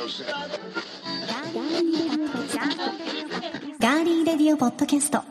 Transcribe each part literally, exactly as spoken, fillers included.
ガーリーレディオポッドキャスト。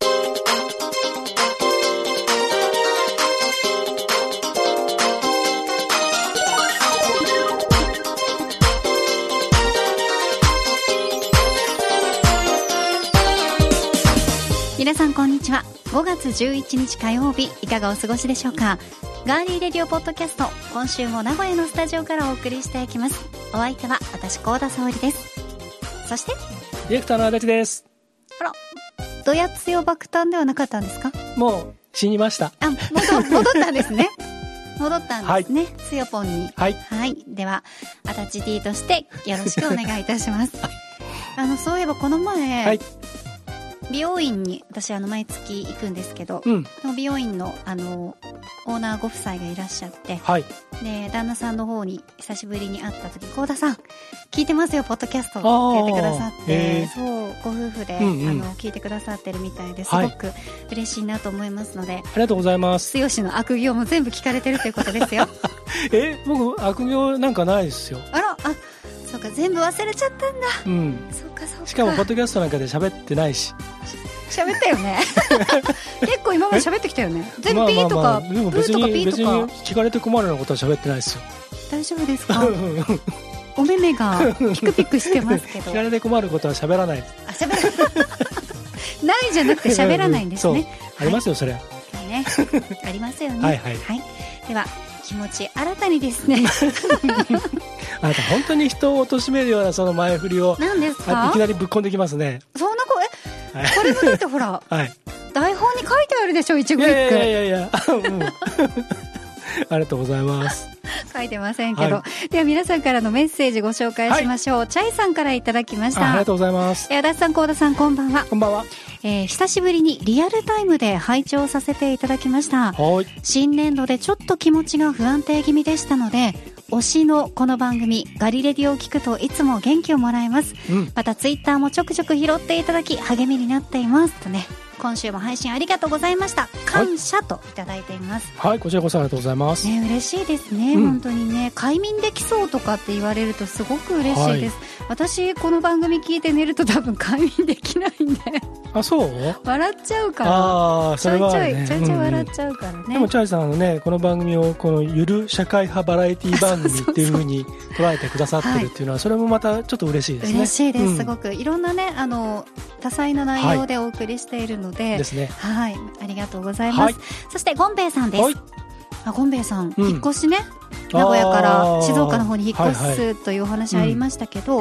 皆さんこんにちは。ごがつじゅういちにち火曜日、いかがお過ごしでしょうか。ガーリーレディオポッドキャスト、今週も名古屋のスタジオからお送りしていきます。お相手は私高田沙織です。そしてディレクターの足立です。 あら、どやつよ爆誕ではなかったんですか。 もう死にました。 あ、戻, 戻ったんですね。戻ったんですね、はい、つよぽんに。 はい、 はい、では足立 D としてよろしくお願いいたします。あのそういえばこの前、はい、美容院に私あの毎月行くんですけど、うん、美容院のあのオーナーご夫妻がいらっしゃって、はい、で旦那さんの方に久しぶりに会った時、高田さん聞いてますよポッドキャストって言ってくださって、そうご夫婦で、うんうん、あの聞いてくださってるみたいですごく嬉しいなと思いますので、はい、 ありがとうございます。 剛の悪行も全部聞かれてるということですよ。 え、僕悪行なんかないですよ。 あら、あ、そうか、全部忘れちゃったんだ。 うん、 そうかそうか。 しかもポッドキャストなんかで喋ってないし。 喋ったよね。結構今まで喋ってきたよね。全部ピーとか、まあまあまあ、でも別に別に聞かれて困るようなことは喋ってないですよ。 大丈夫ですか。お目目がピクピクしてますけど。 聞かれて困ることは喋らないです。 あ、喋らない。ないじゃなくて喋らないんですね。 そう、ありますよそれ。 ね、ありますよね。 はいはい、 はい。では気持ち新たにですね。 あなた本当に人を貶めるようなその前振りを何ですか。 いきなりぶっこんできますね。 そんな声、はい、これもだってほら、はい、台本に書いてあるでしょ、一語一句。 いやいやいやいや、うん、ありがとうございます。 書いてませんけど、はい、では皆さんからのメッセージご紹介しましょう。はい、チャイさんからいただきました。 あ, ありがとうございます。 足立さん、高田さん、こんばんは。 こんばんは。 えー、久しぶりにリアルタイムで拝聴させていただきました。はい、新年度でちょっと気持ちが不安定気味でしたので、推しのこの番組ガリレディを聞くといつも元気をもらえます。うん、またツイッターもちょくちょく拾っていただき励みになっていますとね。今週も配信ありがとうございました。感謝といただいています。 はい、こちらこそありがとうございます。 ね、嬉しいですね、うん、本当にね。快眠できそうとかって言われるとすごく嬉しいです。はい、私この番組聞いて寝ると多分快眠できないんで。 あ、そう笑っちゃうから。 ああ、それは、ね、 ちょいちょいちょいちょい笑っちゃうからね。うん、 でもチャイさんのね、この番組をこのゆる社会派バラエティ番組っていう風に捉えてくださってるっていうのは、それもまたちょっと嬉しいですね。 嬉しいです、うん、すごくいろんなね、あの多彩な内容でお送りしているので、はい、 ですね。 はい、ありがとうございます。はい、そしてゴンベイさんです。はい、あ、ゴンベイさん、うん、引っ越しね、名古屋から静岡の方に引っ越す、はいはい、というお話ありましたけど、うん、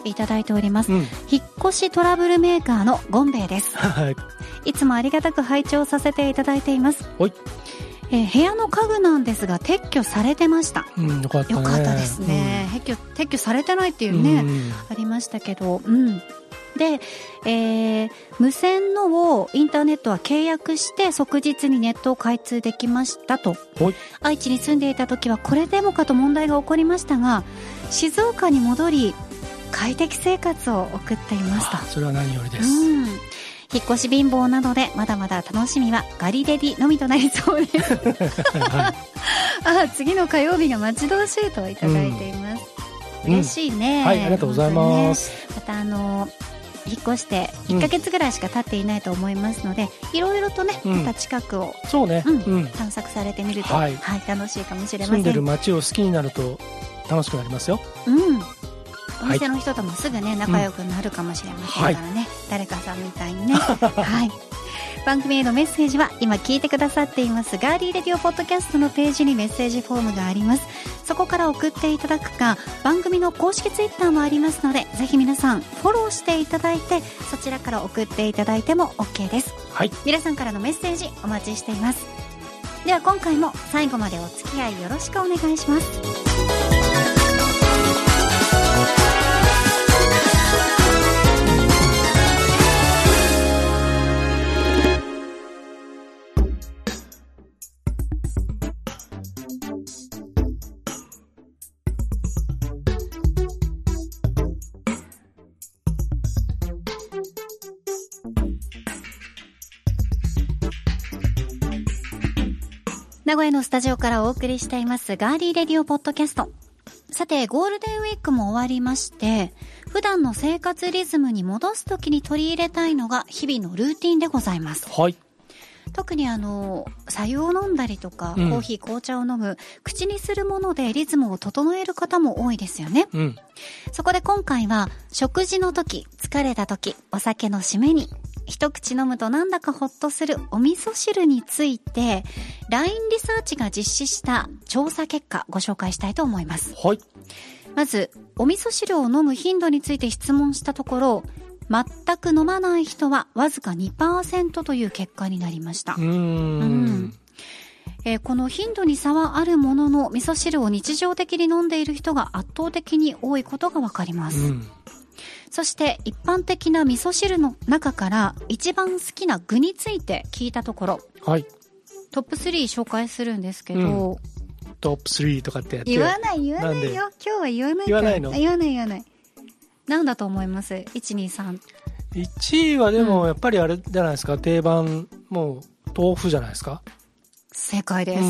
いただいております。うん、引っ越しトラブルメーカーのゴンベイです。はい、いつもありがたく拝聴させていただいています。はい、えー、部屋の家具なんですが撤去されてました。 うん、よかったね。 よかったですね。うん、撤去撤去されてないっていうね、うん、ありましたけど、うん。で、えー、無線のをインターネットは契約して即日にネットを開通できましたと。愛知に住んでいた時はこれでもかと問題が起こりましたが、静岡に戻り快適生活を送っていますと。 それは何よりです。 うん、引っ越し貧乏なのでまだまだ楽しみはガリレディのみとなりそうです。はい、あ、次の火曜日が待ち遠しいといただいています。うん、嬉しいね。 はい、ありがとうございます。 ね、またあの引っ越していっかげつぐらいしか経っていないと思いますので、いろいろとね、うん、また近くを、 そうね、うんうん、 探索されてみると、はいはい、楽しいかもしれません。 住んでる街を好きになると楽しくなりますよ。 うん、お店の人ともすぐね仲良くなるかもしれませんからね、はい、誰かさんみたいにね。はい、番組へのメッセージは今聞いてくださっていますガーリーレディオポッドキャストのページにメッセージフォームがあります。そこから送っていただくか、番組の公式ツイッターもありますので、ぜひ皆さんフォローしていただいて、そちらから送っていただいても OK です。はい、皆さんからのメッセージお待ちしています。では今回も最後までお付き合いよろしくお願いします。名古屋のスタジオからお送りしていますガーリーレディオポッドキャスト。 さて、ゴールデンウィークも終わりまして、普段の生活リズムに戻すときに取り入れたいのが日々のルーティンでございます。 はい。 特にあの、白湯を飲んだりとか、 うん、 コーヒー、紅茶を飲む、口にするものでリズムを整える方も多いですよね。 うん。 そこで今回は、食事の時、疲れた時、お酒の締めに、一口飲むとなんだかほっとするお味噌汁について ライン リサーチが実施した調査結果ご紹介したいと思います。 はい。 まずお味噌汁を飲む頻度について質問したところ、全く飲まない人はわずか にパーセント という結果になりました。 うーん、 うんえー、この頻度に差はあるものの、味噌汁を日常的に飲んでいる人が圧倒的に多いことがわかります。うん、そして一般的な味噌汁の中から一番好きな具について聞いたところ、 はい、 トップスリー紹介するんですけど、うん、 トップスリーとかってやって言わない言わないよ、今日は言わないから。 言わないの？ 言わない言わない。なんだと思います？ いち、に、さん。 いちいはでもやっぱりあれじゃないですか、うん、定番、もう豆腐じゃないですか。 正解です。うん、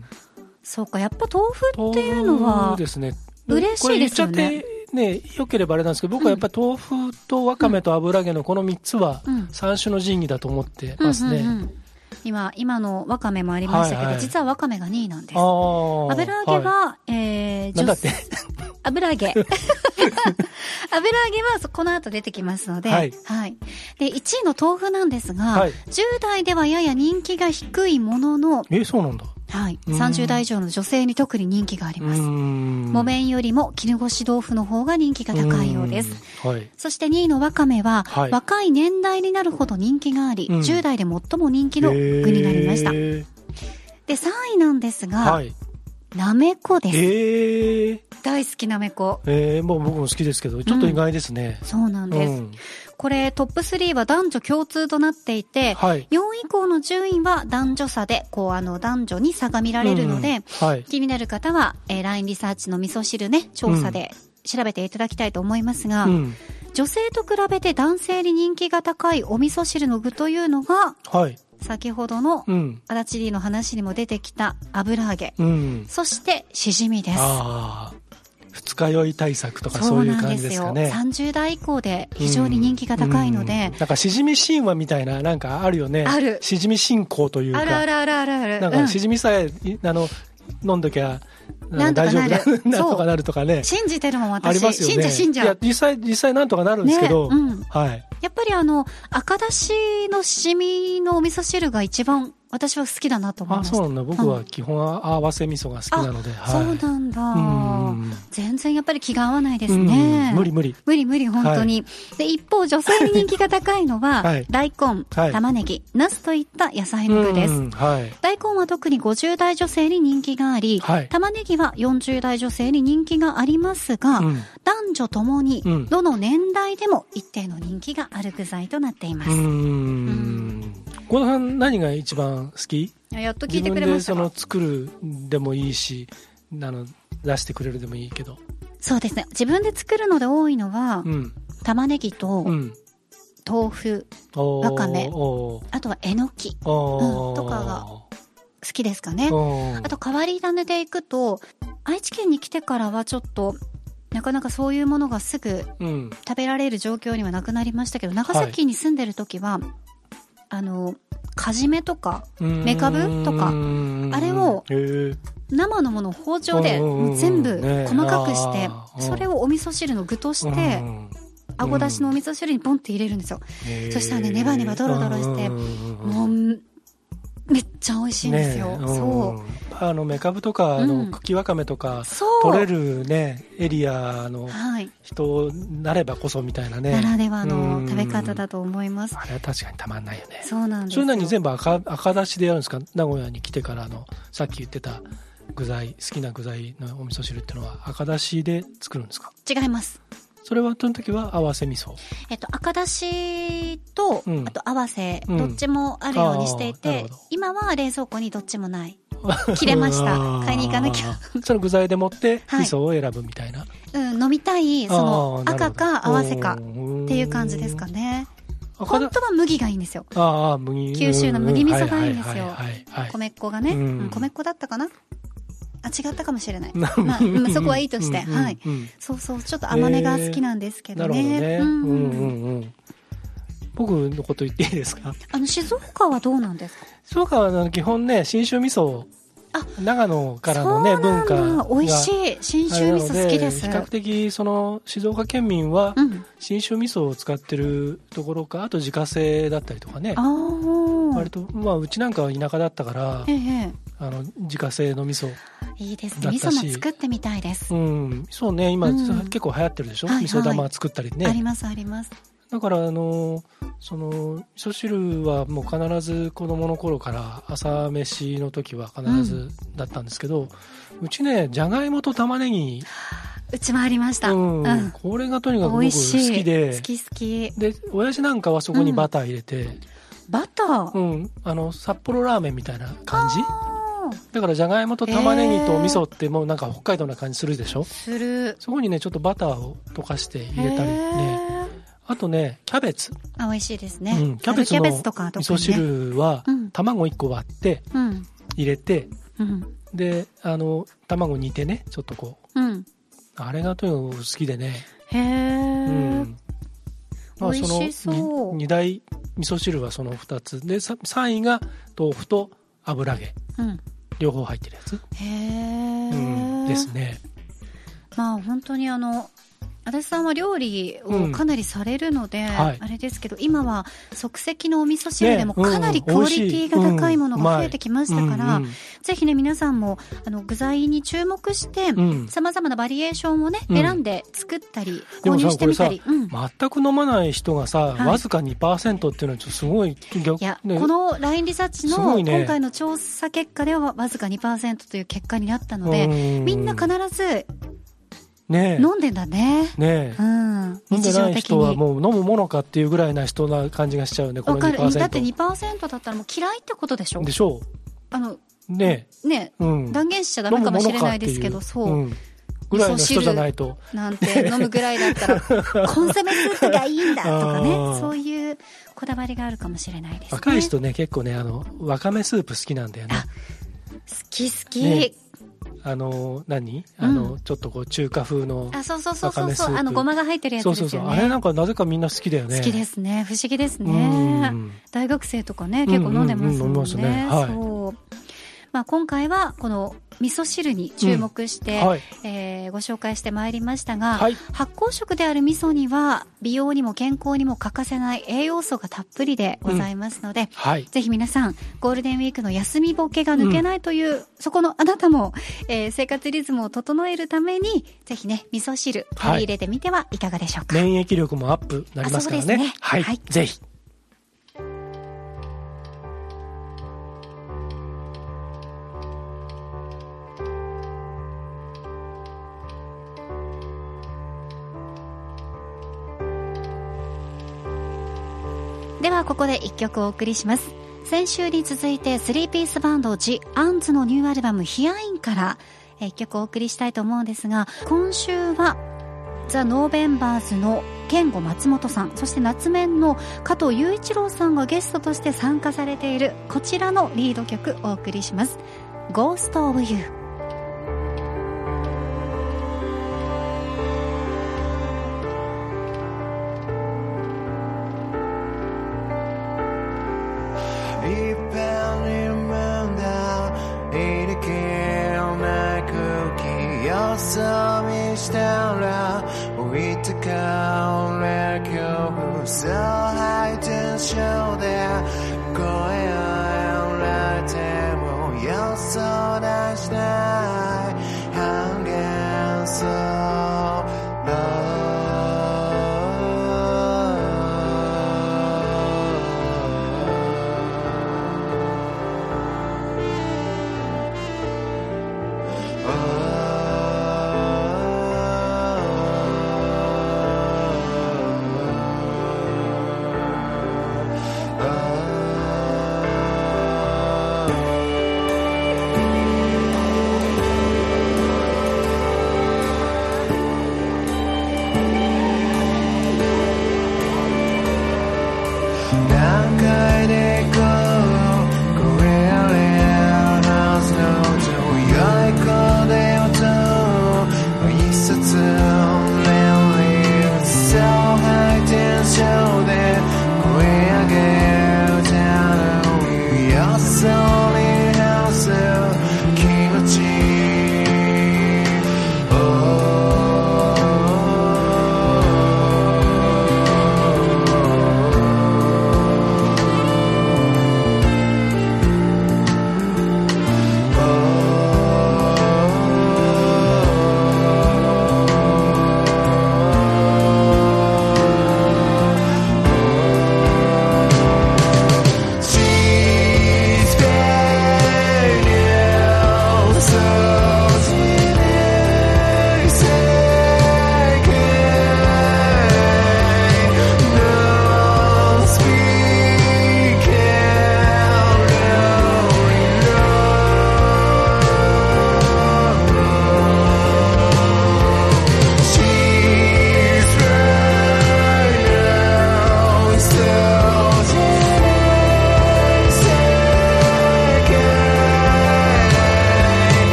そうか、やっぱ豆腐っていうのはですね、 嬉しいですよね。 これ言っちゃってね、良ければあれなんですけど、僕はやっぱり豆腐とわかめと油揚げのこのみっつは三種の神器だと思ってますね。うんうんうん、 今、今のわかめもありましたけど、はいはい、実はわかめがにいなんです。 油揚げは、はい、えー、 なんだって油揚げ。油揚げはこの後出てきますので、はい。はい。で、いちいの豆腐なんですが、はい、じゅう代ではやや人気が低いものの、 え、そうなんだ。 はい。さんじゅう代以上の女性に特に人気があります。木綿よりも絹ごし豆腐の方が人気が高いようです。はい。そしてにいのわかめは、はい、若い年代になるほど人気があり、うん、じゅう代で最も人気の具になりました。で、さんいなんですが、はい、なめこです。 えー、 大好きなめこ。 えー、もう僕も好きですけど、ちょっと意外ですね。 うん、そうなんです。うん、これトップスリーは男女共通となっていて、はい、よんい以降の順位は男女差で、こうあの男女に差が見られるので、うんはい、気になる方は、えー、ライン リサーチの味噌汁ね、調査で調べていただきたいと思いますが、うん、女性と比べて男性に人気が高いお味噌汁の具というのが、はい、先ほどの足立 D の話にも出てきた油揚げ、うん、そしてしじみです。 あ二日酔い対策とかそういう感じですかね。そうなんですよ。 さんじゅう代以降で非常に人気が高いので、 うんうん、なんかしじみ神話みたいななんかあるよね。 ある。 しじみ信仰というか。 あるあるあるあるある。 なんかしじみさえ、うん、あの飲んどきゃ大丈夫だなんとかなるとかね。 信じてるもん私。 ありますよね。 信じ信じ。いや実際実際なんとかなるんですけど、ね、うん、はい。 やっぱりあの赤だしのしじみのお味噌汁が一番私は好きだなと思いました。 あ、そうなんだ。僕は基本は合わせ味噌が好きなので。 はい、そうなんだ。うん全然やっぱり気が合わないですね。 無理無理。 無理無理本当に。はい、で一方女性に人気が高いのは、はい、大根、はい、玉ねぎ、ナスといった野菜の具です。はい、大根は特にごじゅう代女性に人気があり、はい、玉ねぎはよんじゅう代女性に人気がありますが、うん、男女ともにどの年代でも一定の人気がある具材となっています。うんうん小田さん何が一番好き？ やっと聞いてくれましたか？ 自分でその作るでもいいし、あの出してくれるでもいいけど。 そうですね。自分で作るので多いのは、うん、玉ねぎと、うん、豆腐、わかめ、あとはえのき、うん、とかが好きですかね。あと変わり種でいくと、愛知県に来てからはちょっとなかなかそういうものがすぐ食べられる状況にはなくなりましたけど、長崎に住んでる時は、はい、あのかじめとかめかぶとかあれを生のものを包丁で全部細かくして、それをお味噌汁の具としてあごだしのお味噌汁にポンって入れるんですよ。そしたらねネバネバドロドロしてもうめっちゃ美味しいんですよ。そうあのメカブとか、うん、あの茎わかめとか取れるねエリアの人なればこそみたいなね、 ならではの食べ方だと思います。 あれは確かにたまんないよね。 そうなんですよ。 そういうのに全部 赤, 赤だしでやるんですか？名古屋に来てからのさっき言ってた具材、好きな具材のお味噌汁っていうのは赤だしで作るんですか？ 違います。 それはその時は合わせ味噌、 えっと、赤だしと、うん、あと合わせ、うん、どっちもあるようにしていて、今は冷蔵庫にどっちもない切れました買いに行かなきゃその具材でもって味噌を選ぶみたいな、はい、 うん、飲みたいその赤か合わせかっていう感じですかね。本当は麦がいいんですよ。 ああ、麦。 九州の麦味噌がいいんですよ。米っ子がね、うん、米っ子だったかな。 あ、違ったかもしれない。まあ、うん、そこはいいとして、うんうん、はい、うん。そうそう、ちょっと甘根が好きなんですけどね。 えー、なるほどね。うんうんうんうん。僕のこと言っていいですか？ あの静岡はどうなんですか？ 静岡は基本ね、信州味噌、長野からのね文化が美味しい。信州味噌好きです。 比較的その静岡県民は信州味噌を使ってるところか、あと自家製だったりとかね。あ、割とまあうちなんかは田舎だったから、ええ、あの自家製の味噌いいですね。味噌も作ってみたいです。 うん、そうね、今、うん、結構流行ってるでしょ、はいはい、味噌玉作ったりね。 ありますあります。 だからあのその味噌汁はもう必ず子供の頃から朝飯の時は必ずだったんですけど、うん、うちねじゃがいもと玉ねぎ、 うちもありました、うんうん、 これがとにかく僕好きで、 好き好きで親父なんかはそこにバター入れて、うん、 バター、 うん、あの札幌ラーメンみたいな感じだから、じゃがいもと玉ねぎと味噌ってもうなんか北海道な感じするでしょ。 する。 そこにねちょっとバターを溶かして入れたりね、あとねキャベツ、 あ、美味しいですね、 うん、キャベツの味噌汁は卵いっこ割って入れて、うん、であの卵煮てねちょっとこう、うん、あれがとにかく好きでね。 へー、うん、 まあ、 美味しそう。 そのに大味噌汁はそのふたつで、さんいが豆腐と油揚げ、うん、両方入ってるやつ。 へー、 うん、ですね。 まあ本当にあの足立さんは料理をかなりされるので、うん、はい、あれですけど、今は即席のお味噌汁でもかなりクオリティが高いものが増えてきましたから、うんうん、ぜひね皆さんもあの具材に注目してさまざまなバリエーションをね、うん、選んで作ったり購入してみたり、うん、 全く飲まない人がさ、はい、わずか にパーセント っていうのはちょっとすごい。 いや、ね、この ライン リサーチの今回の調査結果ではわずか にパーセント という結果になったので、みんな必ずね、飲んでんだね。 ねえ、うん、飲んでない人はもう飲むものかっていうぐらいな人な感じがしちゃうね。この にパーセント。 わかる。だって にパーセント だったらもう嫌いってことでしょ。 でしょう。 あのねえ、ねえ、うん、断言しちゃダメかもしれないですけど、そう、うん、 ぐらいの人じゃないとなんて飲むぐらいだったらコンソメスープがいいんだとかね、そういうこだわりがあるかもしれないですね。 若い人ね結構ね、あのわかめスープ好きなんだよね。 好き好き。 ね、あの何あの、うん、ちょっとこう中華風のあ、そうそうそうそうそう、あのごまが入ってるやつですよね。 そうそうそう、あれなんかなぜかみんな好きだよね。 好きですね。不思議ですね。大学生とかね結構飲んでますもんね。うんうんうん、飲みますね。はい。そう。まあ、今回はこの味噌汁に注目して、うん、はい、えー、ご紹介してまいりましたが、はい、発酵食である味噌には美容にも健康にも欠かせない栄養素がたっぷりでございますので、うん、はい、ぜひ皆さんゴールデンウィークの休みボケが抜けないという、うん、そこのあなたも、えー、生活リズムを整えるためにぜひね味噌汁取り入れてみてはいかがでしょうか。 はい、免疫力もアップなりますからね。そうですね。はい、はい、ぜひ。 ではここでいっきょくお送りします。先週に続いてスリーピースバンド The Ants のニューアルバムヒアインからいっきょくお送りしたいと思うんですが、今週はザ・ノーベンバーズの健吾松本さん、そして夏メンの加藤雄一郎さんがゲストとして参加されているこちらのリード曲お送りします。 Ghost of You。 遊びしたら置いてかれ恐怖そうハイテンションで声を荒れても予想出しない半減そう、これより話すのと良いこと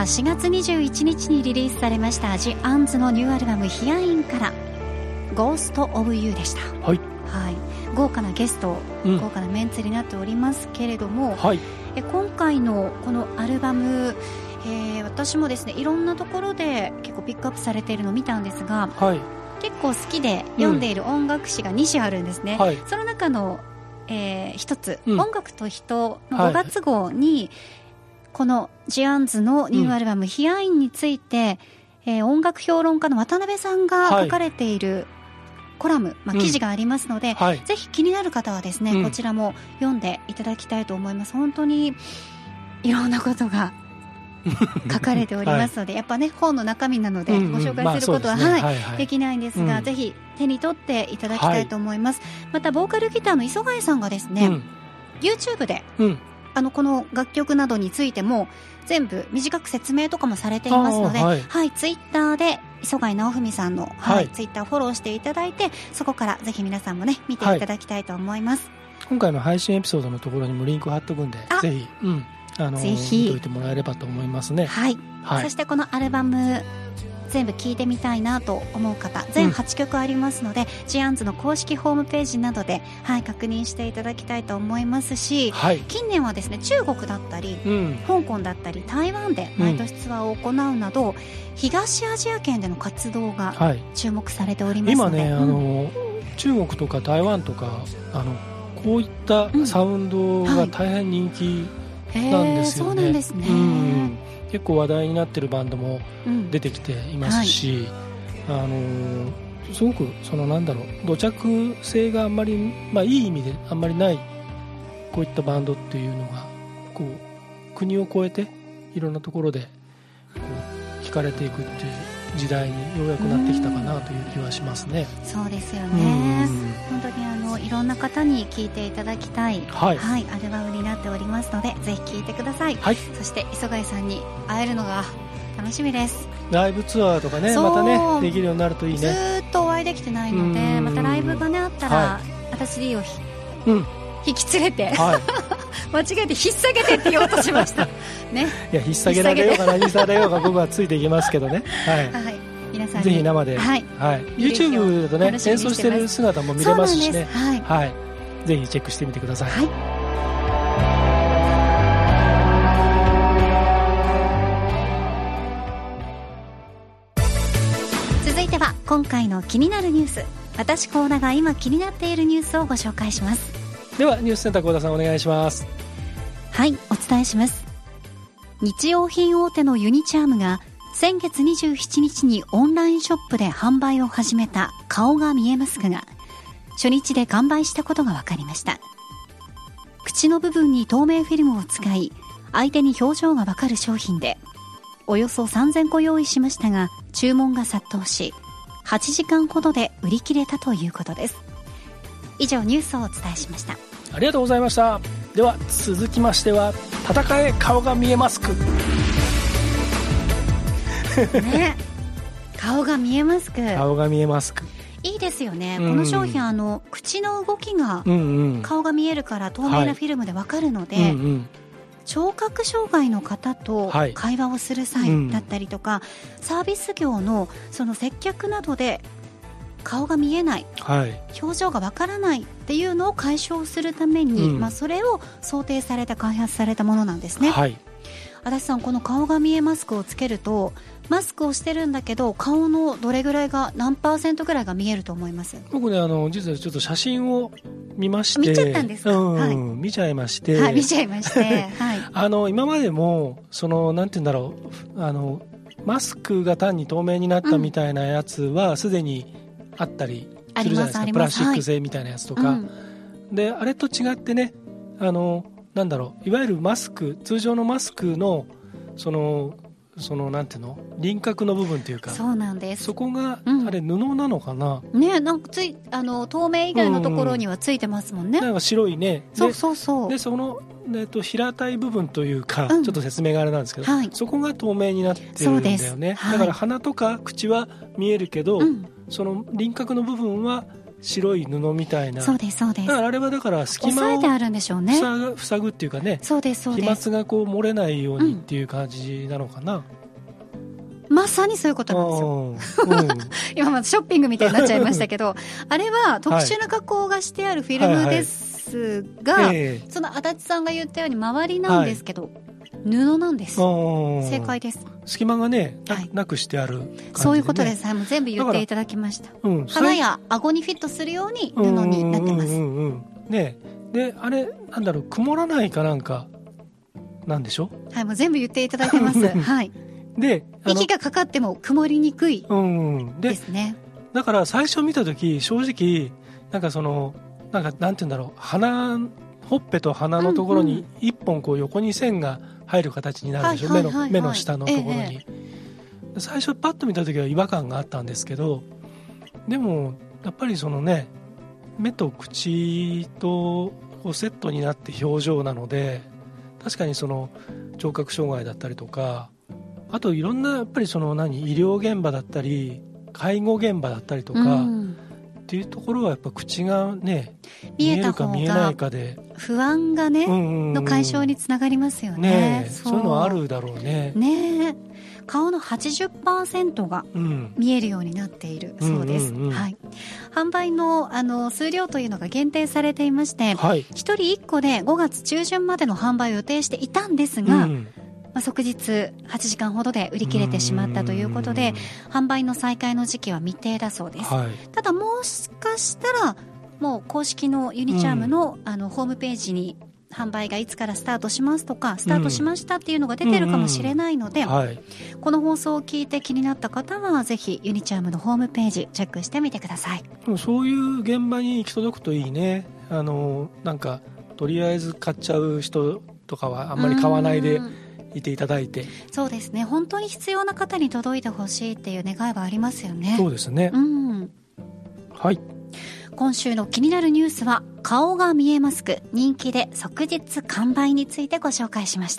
しがつにじゅういちにちにリリースされましたジ・アンズのニューアルバムヒアインからゴーストオブユーでした。 はい、 はい、豪華なゲスト、うん、豪華なメンツになっておりますけれども、 はい、 え今回のこのアルバム、えー、私もですねいろんなところで結構ピックアップされているのを見たんですが、 はい、 結構好きで読んでいる音楽誌がにしゅあるんですね、 うん、はい、 その中の、えー、ひとつ、うん、音楽と人のごがつ号に、はい、このジ・アンズのニューアルバム、うん、ヒアインについて、えー、音楽評論家の渡辺さんが書かれている、はい、コラム、まあ、記事がありますので、うん、はい、ぜひ気になる方はですね、うん、こちらも読んでいただきたいと思います。本当にいろんなことが書かれておりますので、はい、やっぱね本の中身なのでご紹介することは、うんうんまあねはいはい、できないんですが、うん、ぜひ手に取っていただきたいと思います、はい、またボーカルギターの磯貝さんがですね、うん、YouTube で、うん、あのこの楽曲などについても全部短く説明とかもされていますので、はいはい、ツイッターで磯貝直文さんの、はいはい、ツイッターフォローしていただいて、そこからぜひ皆さんもね見ていただきたいと思います、はい、 今回の配信エピソードのところにもリンク貼っとくんで、ぜひ、うん、あのぜひ見といてもらえればと思いますね、 はいはい、そしてこのアルバム全部聴いてみたいなと思う方、全はちきょくありますので、うん、ジ・アンズの公式ホームページなどで、はい、確認していただきたいと思いますし、はい、近年はですね中国だったり、うん、香港だったり台湾で毎年ツアーを行うなど、うん、東アジア圏での活動が注目されておりますので、 はい、今ね、あの、うん、中国とか台湾とかあのこういったサウンドが大変人気なんですよね、 うんはい、そうなんですね、 うん結構話題になってるバンドも出てきていますし、うんはい、あのすごくそのなんだろう土着性があんまり、まあ、いい意味であんまりないこういったバンドっていうのがこう国を越えていろんなところでこう聴かれていくっていう時代にようやくなってきたかなという気はしますね。 そうですよね、本当にあのいろんな方に聴いていただきたい、はいはい、アルバムになっておりますのでぜひ聴いてください、はい、そして磯貝さんに会えるのが楽しみです。 ライブツアーとかねまたねできるようになるといいね。 ずっとお会いできてないのでまたライブがねあったら、はい、私リーをひ、うん、引き連れて、はい間違えて引っ提げてって言おうとしました、ね、 いや引っ提げられようが何されようが僕はついていきますけどね、はい、はい、 皆さんぜひ生で、はいはい、YouTube だとね演奏してる姿も見れますしね、はいはい、ぜひチェックしてみてください、はい 、続いては今回の気になるニュース、私高田が今気になっているニュースをご紹介します。 ではニュースセンター高田さんお願いします。 はい、お伝えします。日用品大手のユニチャームが先月にじゅうしちにちにオンラインショップで販売を始めた顔が見えマスクが初日で完売したことが分かりました。口の部分に透明フィルムを使い相手に表情が分かる商品でおよそさんぜんこ用意しましたが注文が殺到しはちじかんほどで売り切れたということです。以上ニュースをお伝えしました。 ありがとうございました。では続きましては戦え顔が見えマスクね、顔が見えマスク顔が見えマスクいいですよね、うん、この商品あの口の動きが顔が見えるから透明なフィルムで分かるので、はいうんうん、聴覚障害の方と会話をする際だったりとか、はいうん、サービス業のその接客などで顔が見えない、はい、表情がわからないっていうのを解消するために、うんまあ、それを想定された開発されたものなんですね、はい、足立さんこの顔が見えマスクをつけるとマスクをしてるんだけど顔のどれぐらいが何パーセントぐらいが見えると思います？ 僕ねあの実はちょっと写真を見まして見ちゃったんですか、うんはい、見ちゃいまして、 はい、見ちゃいまして、はい、 あの今までもそのなんて言うんだろうあのマスクが単に透明になったみたいなやつはすでにあったりするじゃないですか、プラスチック製みたいなやつとか、はいうん、であれと違ってねあのなんだろういわゆるマスク通常のマスクのそのそのなんていうの輪郭の部分というかそうなんですそこが、うん、あれ布なのかなねなんかついあの透明以外のところにはついてますもんね、 うん、なんか白いねそうそうそうでその、えっと、平たい部分というか、うん、ちょっと説明があれなんですけど、はい、そこが透明になってるんだよね、はい、だから鼻とか口は見えるけど、うん、その輪郭の部分は白い布みたいなそうですそうですだからあれはだから隙間を押さえてあるんでしょうね塞ぐっていうかねそうですそうです飛沫がこう漏れないようにっていう感じなのかな、うんまさにそういうことなんですよ、うん、今までショッピングみたいになっちゃいましたけどあれは特殊な加工がしてあるフィルムですが、はいはいはい、その足立さんが言ったように周りなんですけど、はい、布なんです。正解です。 隙間がね な,、はい、なくしてある感じで、ね、 そういうことです。はい、もう全部言っていただきました、うん、鼻や顎にフィットするように布になってます。うんうんうんうん、 ね、であれなんだろう、曇らないかなんかなんでしょ。 はい、もう全部言っていただいてますはい。で息がかかっても曇りにくいですね、 うん、でだから最初見た時正直なんかそのなんかなんて言うんだろう、鼻ほっぺと鼻のところに一本こう横に線が入る形になるでしょ、目の、目の下のところに、ええ、最初パッと見た時は違和感があったんですけど、でもやっぱりそのね目と口とこうセットになって表情なので、確かにその聴覚障害だったりとか、あといろんなやっぱりその何医療現場だったり介護現場だったりとか、うんっていうところはやっぱ口がね見えるか見えないかで不安がね、うんうんうん、の解消につながりますよ ね, ねそう、そういうのはあるだろうね。 ね顔の はちじゅっパーセント が見えるようになっているそうです、うんうんうん、はい、販売 の, あの数量というのが限定されていまして、はい、ひとりいっこでごがつ中旬までの販売を予定していたんですが、うんまあ、即日はちじかんほどで売り切れてしまったということで、販売の再開の時期は未定だそうです、はい、ただもしかしたらもう公式のユニチャーム の,、うん、あのホームページに販売がいつからスタートしますとかスタートしましたっていうのが出てるかもしれないので、うんうんはい、この放送を聞いて気になった方はぜひユニチャームのホームページチェックしてみてください。 そういう現場に行き届くといいね。あのなんかとりあえず買っちゃう人とかはあんまり買わないでいていただいて、 そうですね、本当に必要な方に届いてほしいっていう願いはありますよね。 そうですね、うん、はい。 今週の気になるニュースは顔が見えマスク人気で即日完売についてご紹介しました。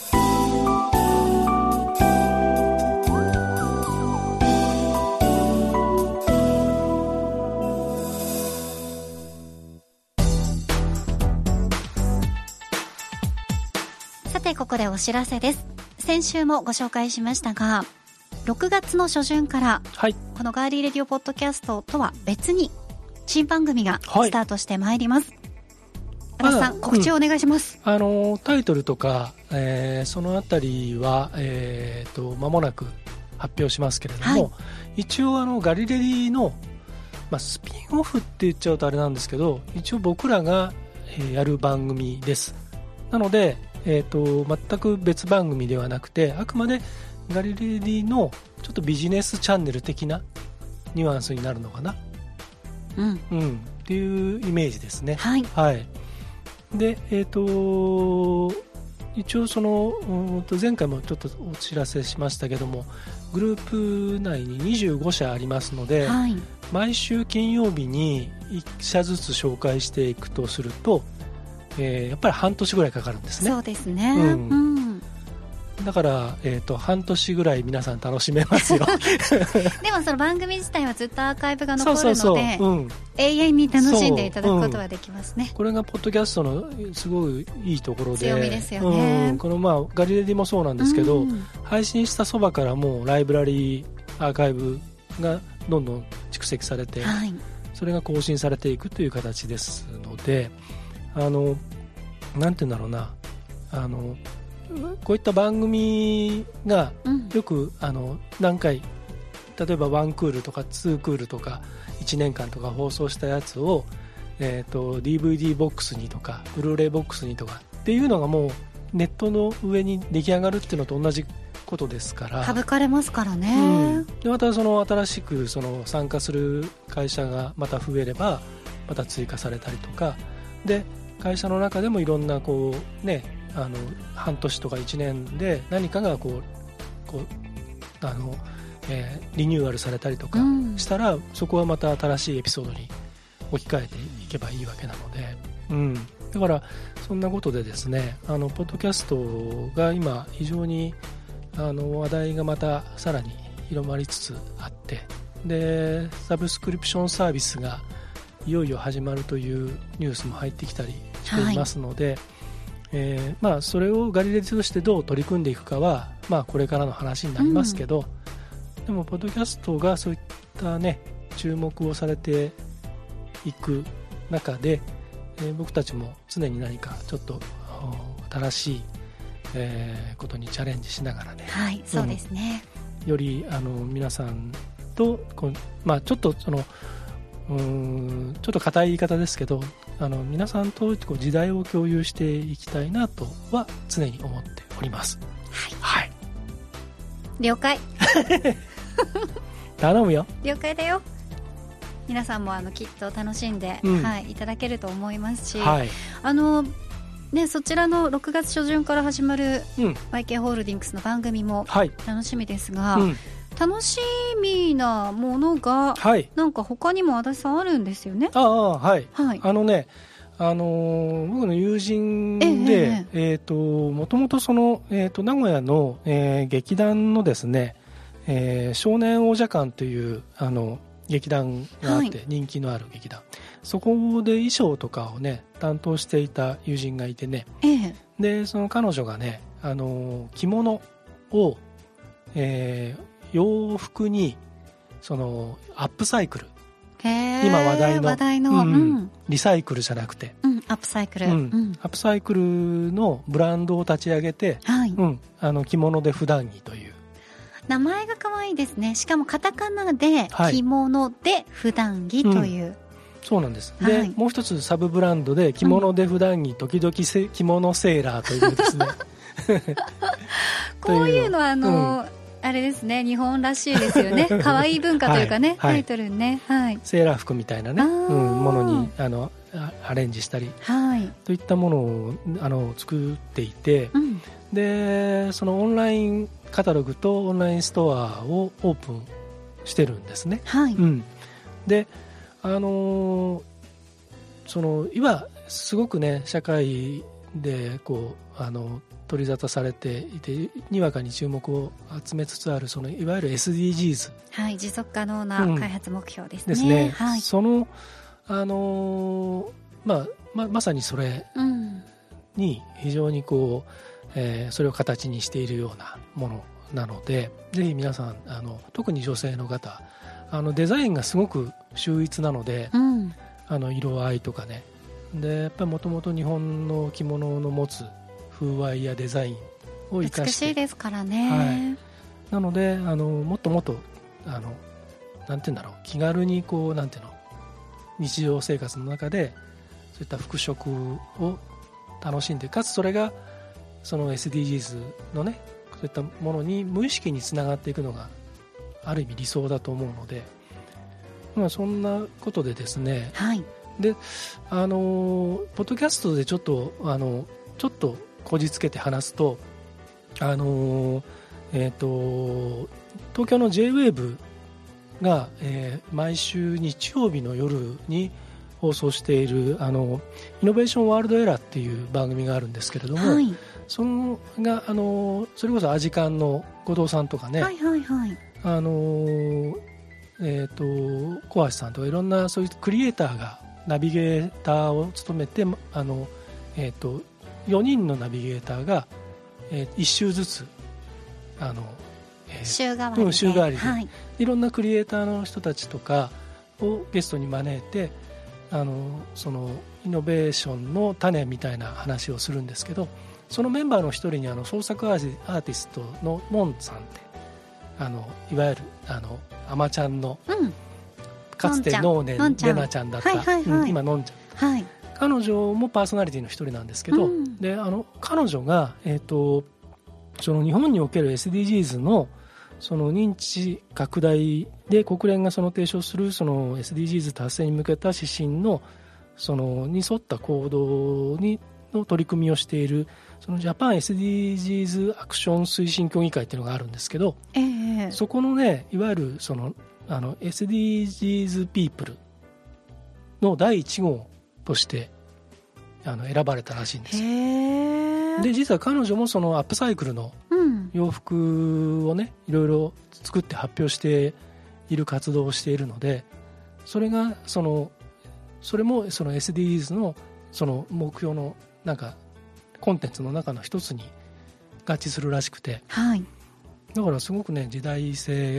さてここでお知らせです。先週もご紹介しましたがろくがつの初旬から、はい、このガーリーレディオポッドキャストとは別に新番組がスタートしてまいります、はい、足立さん告知をお願いします、 うん、あのタイトルとか、えー、そのあたりは、えー、と間もなく発表しますけれども、はい、一応あのガリレディの、まあ、スピンオフって言っちゃうとあれなんですけど、一応僕らが、えー、やる番組です。なので、えー、と全く別番組ではなくて、あくまでガリレディのちょっとビジネスチャンネル的なニュアンスになるのかな、うんうん、っていうイメージですね。はい、はい、で、えーと一応その前回もちょっとお知らせしましたけども、グループ内ににじゅうご社ありますので、はい、毎週金曜日にいっ社ずつ紹介していくとすると、えー、やっぱり半年ぐらいかかるんですね。 そうですね、うんうん、 だから、えーと、半年ぐらい皆さん楽しめますよでもその番組自体はずっとアーカイブが残るので、そうそうそう、うん、永遠に楽しんでいただくことはできますね、うん、 これがポッドキャストのすごいいいところで強みですよね、 うん、このまあガリレディもそうなんですけど、うん、配信したそばからもうライブラリーアーカイブがどんどん蓄積されて、はい、それが更新されていくという形ですので、あのなんて言うんだろうな、あのこういった番組がよく、うん、あの何回例えばワンクールとかツークールとかいちねんかんとか放送したやつを、えーと、ディーブイディー ボックスにとかブルーレイボックスにとかっていうのがもうネットの上に出来上がるっていうのと同じことですから、 省かれますからね、 うん、でまたその新しくその参加する会社がまた増えればまた追加されたりとかで、会社の中でもいろんなこうね、あの半年とかいちねんで何かがこう、こうあの、えー、リニューアルされたりとかしたら、うん、そこはまた新しいエピソードに置き換えていけばいいわけなので、うん、だからそんなことでですね、あのポッドキャストが今非常にあの話題がまたさらに広まりつつあって、でサブスクリプションサービスがいよいよ始まるというニュースも入ってきたりしていますので、はい、えーまあ、それをガリレディとしてどう取り組んでいくかは、まあ、これからの話になりますけど、うん、 でもポッドキャストがそういったね注目をされていく中で、えー、僕たちも常に何かちょっと新しい、えー、ことにチャレンジしながらね、 はい、そうですね、 うん、よりあの皆さんとこう、まあ、ちょっとそのうーんちょっと硬い言い方ですけど、あの皆さんとこう時代を共有していきたいなとは常に思っております。はい、はい、 了解頼むよ。 了解だよ。皆さんもあのきっと楽しんで、うん、はい、いただけると思いますし、はい、あのね、そちらのろくがつ初旬から始まる ワイケー ホールディングスの番組も楽しみですが、はい、うん、楽しみなものが、はい、なんか他にも足立さんあるんですよね。 ああ、はい、はい、あのね、あのー、僕の友人で、えーえー、ともともとその、えー、と名古屋の、えー、劇団のですね、えー、少年王者館というあの劇団があって、はい、人気のある劇団、そこで衣装とかをね担当していた友人がいてね、えー、でその彼女がね、あの着物を、えー、洋服にそのアップサイクル、今話題の、話題の、うんうん、リサイクルじゃなくて、 うん、アップサイクル、うんうん、 アップサイクルのブランドを立ち上げて、はい、うん、あの着物で普段着という名前が可愛いですね。しかもカタカナで着物で普段着という、うん、 そうなんです、はい、でもう一つサブブランドで着物で普段着、うん、時々せ着物セーラーというですねこういうのはあの、うん、あれですね、日本らしいですよね。可愛い文化というかね、はい、タイトルね、はい、 セーラー服みたいなね、うん、ものにあのアレンジしたり、はい、といったものをあの作っていて、うん、でそのオンラインカタログとオンラインストアをオープンしてるんですね。はい、うん、であのー、その今すごくね社会でこうあの取り沙汰されていてにわかに注目を集めつつあるそのいわゆる エスディージーズ、 はい、持続可能な開発目標ですね。 うん、ですね、はい、その、あのーまあ、ま, まさにそれに非常にこう、えー、それを形にしているようなものなので、ぜひ皆さんあの特に女性の方、あのデザインがすごく秀逸なので、うん、あの色合いとかね、でやっぱりもともと日本の着物の持つ風合いやデザインを生かして、 美しいですからね、はい、 なのであのもっともっとあのなんていうんだろう、気軽にこうなんていうの日常生活の中でそういった服飾を楽しんで、かつそれがその エスディージーズ のねそういったものに無意識につながっていくのがある意味理想だと思うので、まあ、そんなことでですね、はい、であのポッドキャストでちょっとあのちょっとこじつけて話すと、あのえーと東京の ジェイウェーブ が、えー、毎週日曜日の夜に放送しているあのイノベーションワールドエラーっていう番組があるんですけれども、はい、そのがあのそれこそアジカンの後藤さんとかね、はいはいはい、あのえーと小橋さんとかいろんなそういうクリエイターがナビゲーターを務めて、あの、えーとよにんのナビゲーターが、えー、いち週ずつあの、 えー、週替わりで、うん、 週替わりで、はい、いろんなクリエイターの人たちとかをゲストに招いて、あのそのイノベーションの種みたいな話をするんですけど、そのメンバーの一人にあの創作アーティストののんさんって、あのいわゆるあのアマちゃんの、うん、かつてノーネンレナちゃんだった、はいはいはい、うん、今のんちゃん、はい、彼女もパーソナリティの一人なんですけど、うん、であの彼女が、えーと、その日本における エスディージーズ のその認知拡大で国連がその提唱するその エスディージーズ 達成に向けた指針のそのに沿った行動にの取り組みをしているそのジャパン エスディージーズ アクション推進協議会っていうのがあるんですけど、えー、そこのねいわゆるそのあの エスディージーズ ピープルのだいいち号としてあの選ばれたらしいんですよ。へー。で実は彼女もそのアップサイクルの洋服をねいろいろ作って発表している活動をしているので、それがそのそれもその エスディージーズ のその目標のなんかコンテンツの中の一つに合致するらしくて、はい、だからすごくね時代性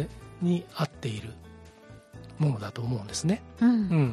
に合っているものだと思うんですね、 うんうん、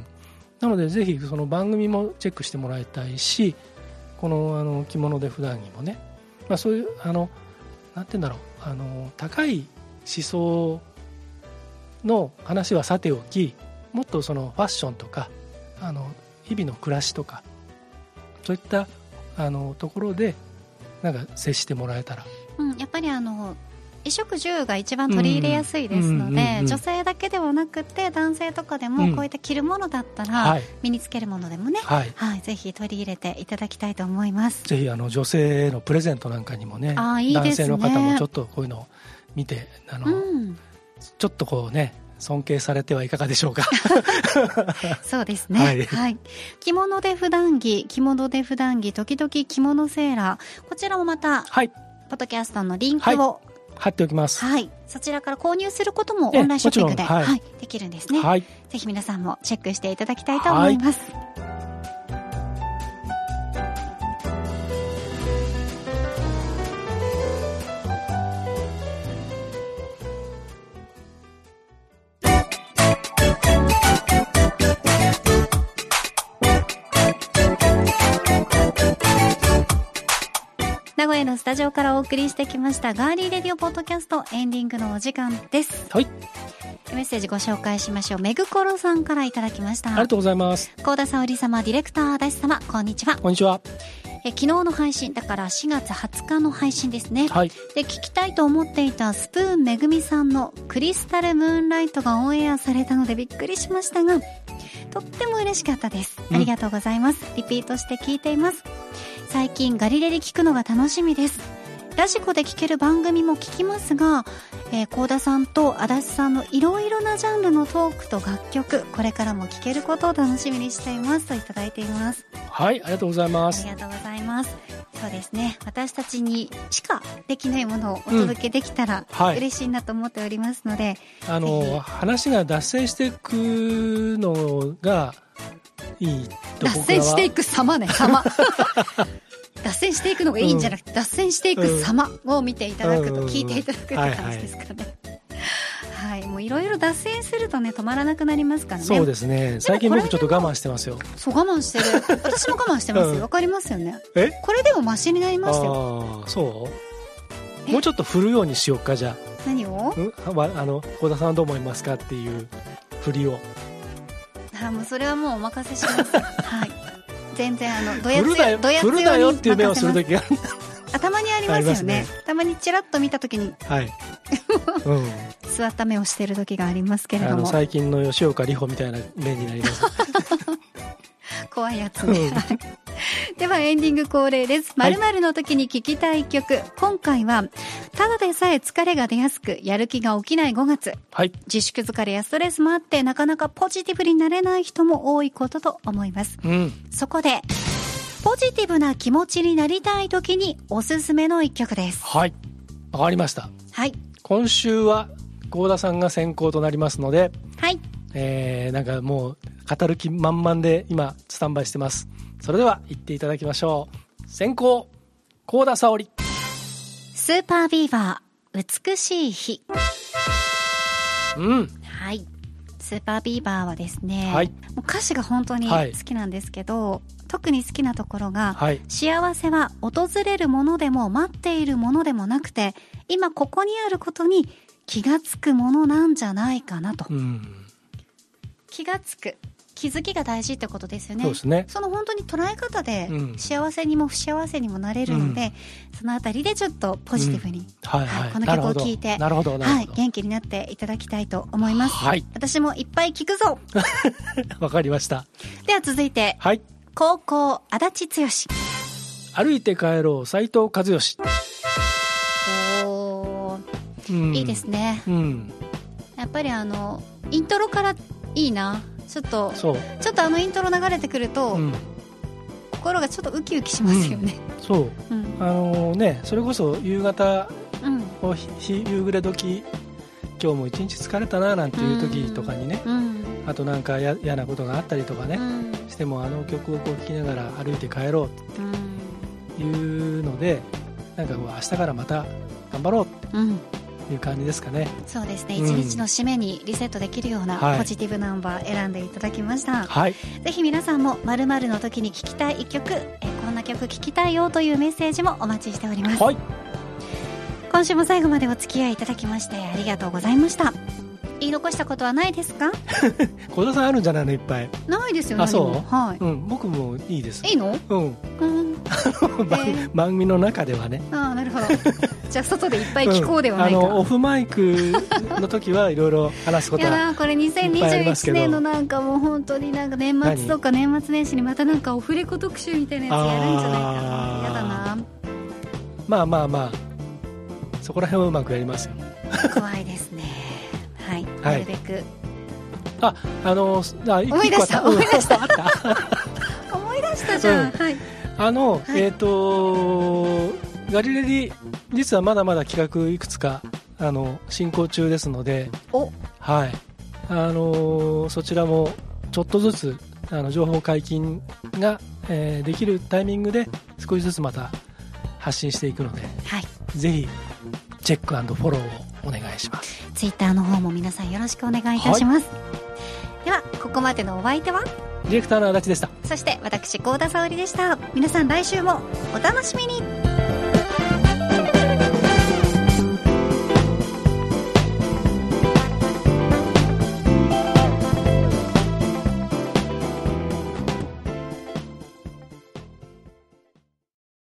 なのでぜひその番組もチェックしてもらいたいし、このあの着物で普段着もね、まあ、そういうあのなんて言うんだろう、あの高い思想の話はさておき、もっとそのファッションとかあの日々の暮らしとかそういったあのところでなんか接してもらえたら、 うん、やっぱりあの衣食住が一番取り入れやすいですので、女性だけではなくて男性とかでもこういった着るものだったら、うんはい、身につけるものでもね、はいはい、ぜひ取り入れていただきたいと思います。 ぜひあの女性へのプレゼントなんかにもね、 あ、いいですね、 男性の方もちょっとこういうのを見てあの、うん、ちょっとこうね尊敬されてはいかがでしょうかそうですね、はいはい、着物で普段着、着物で普段着時々着物セーラー、こちらもまた、はい、ポッドキャストのリンクを、はい、 貼っておきます、 はい、そちらから購入することもオンラインショッピングで、はいはい、できるんですね、はい、ぜひ皆さんもチェックしていただきたいと思います、はい。名古屋のスタジオからお送りしてきましたガーリーレディオポッドキャスト、エンディングのお時間です。 はい、 メッセージご紹介しましょう。めぐころさんからいただきました。ありがとうございます。 高田沙織様、ディレクター足立様、こんにちは。 こんにちは。 え昨日の配信だからしがつはつかの配信ですね、はい、で聞きたいと思っていたスプーンめぐみさんのクリスタルムーンライトがオンエアされたのでびっくりしましたが、とっても嬉しかったです。ありがとうございます、うん、リピートして聞いています。最近ガリレデ聞くのが楽しみです。ラジコで聞ける番組も聞きますが、えー、高田さんと足立さんのいろいろなジャンルのトークと楽曲、これからも聞けることを楽しみにしていますといただいています。 はい、ありがとうございます。 ありがとうございます。そうですね、私たちにしかできないものをお届けできたら、うんはい、嬉しいなと思っておりますので、 あの話が脱線していくのがいいと僕らは。 脱線していく様ね、様脱線していくのがいいんじゃなくて、うん、脱線していく様を見ていただくと、うん、聞いていただくって感じですかね。はい、もういろいろ脱線するとね止まらなくなりますからね。 そうですね、最近僕ちょっと我慢してますよ。 そう我慢してる私も我慢してますよ、わ、うん、かりますよね。えこれでもマシになりましたよ。 あそうもうちょっと振るようにしようか。じゃあ何を、 うん、あの高田さんはどう思いますかっていう振りを。 あもうそれはもうお任せしますはい全然あのどやつよどやつよにだよっていう目をするときがあたまにありますよ ね, ねたまにチラッと見たときに、はいうん、座った目をしているときがありますけれども、あの最近の吉岡里帆みたいな目になります怖いやつねではエンディング恒例です。〇〇の時に聴きたい曲、はい、今回はただでさえ疲れが出やすくやる気が起きないごがつ、はい、自粛疲れやストレスもあってなかなかポジティブになれない人も多いことと思います、うん、そこでポジティブな気持ちになりたい時におすすめの一曲です。 はい、わかりました、 はい、 今週は幸田さんが先行となりますので、 はい、 えー、なんかもう語る気満々で今スタンバイしてます。それでは言っていただきましょう。先行幸田沙織、 スーパービーバー美しい日。 うん、 はい、スーパービーバーはですね、はい、もう歌詞が本当に好きなんですけど、はい、特に好きなところが、はい、幸せは訪れるものでも待っているものでもなくて今ここにあることに気がつくものなんじゃないかなと、うん、気がつく気づきが大事ってことですよね。 そうですね。 その本当に捉え方で幸せにも不幸せにもなれるので、うん、そのあたりでちょっとポジティブに、うんはいはいはい、この曲を聴いてなるほどなるほど、 はい、元気になっていただきたいと思います、はい、私もいっぱい聴くぞわかりました。では続いて、 はい、 高校足立剛、 歩いて帰ろう斉藤和義。 おー、うん、いいですね、うん、やっぱりあのイントロからいいな。ちょっとちょっとあのイントロ流れてくると、うん、心がちょっとウキウキしますよね、 うん、そう、うん、あのねそれこそ夕方、うん、夕暮れ時今日も一日疲れたななんていう時とかにね、うん、あとなんかや嫌なことがあったりとかね、うん、してもあの曲をこう聴きながら歩いて帰ろうっていうので、なんかこう明日からまた頑張ろうって、うん、 いう感じですかね。 そうですね、一日の締めにリセットできるようなポジティブナンバー選んでいただきました、 はい、 ぜひ皆さんも〇〇の時に聴きたい一曲、えこんな曲聴きたいよというメッセージもお待ちしております、 はい、 今週も最後までお付き合いいただきましてありがとうございました。言い残したことはないですか？ 小田さんあるんじゃないのいっぱい。 ないですよ。 あ、そう、 はい、 うん、僕もいいです。 いいの？ うん、うん番, 番組の中ではね。 ああ、なるほど。じゃあ外でいっぱい聞こうではないか、うん、 あのオフマイクの時はいろいろ話すことはやだ、これにせんにじゅういちねんのなんかもう本当になんか年末とか年末年始にまたなんかオフレコ特集みたいなやつやるんじゃないかな。やだな。 まあまあまあそこら辺はうまくやりますよ。 怖いですね。はい、なるべく。 あ、あのあ思い出した思い出した思い出したじゃん、うん、はい、 あの、はい、えっ、ー、とガリレディ実はまだまだ企画いくつかあの進行中ですので、 お、 はい、あのそちらもちょっとずつあの情報解禁が、えー、できるタイミングで少しずつまた発信していくので、 はい、 ぜひチェック&フォローをお願いします。 ツイッターの方も皆さんよろしくお願いいたします、はい、ではここまでのお相手はディレクターの足立でした。 そして私幸田沙織でした。皆さん来週もお楽しみに。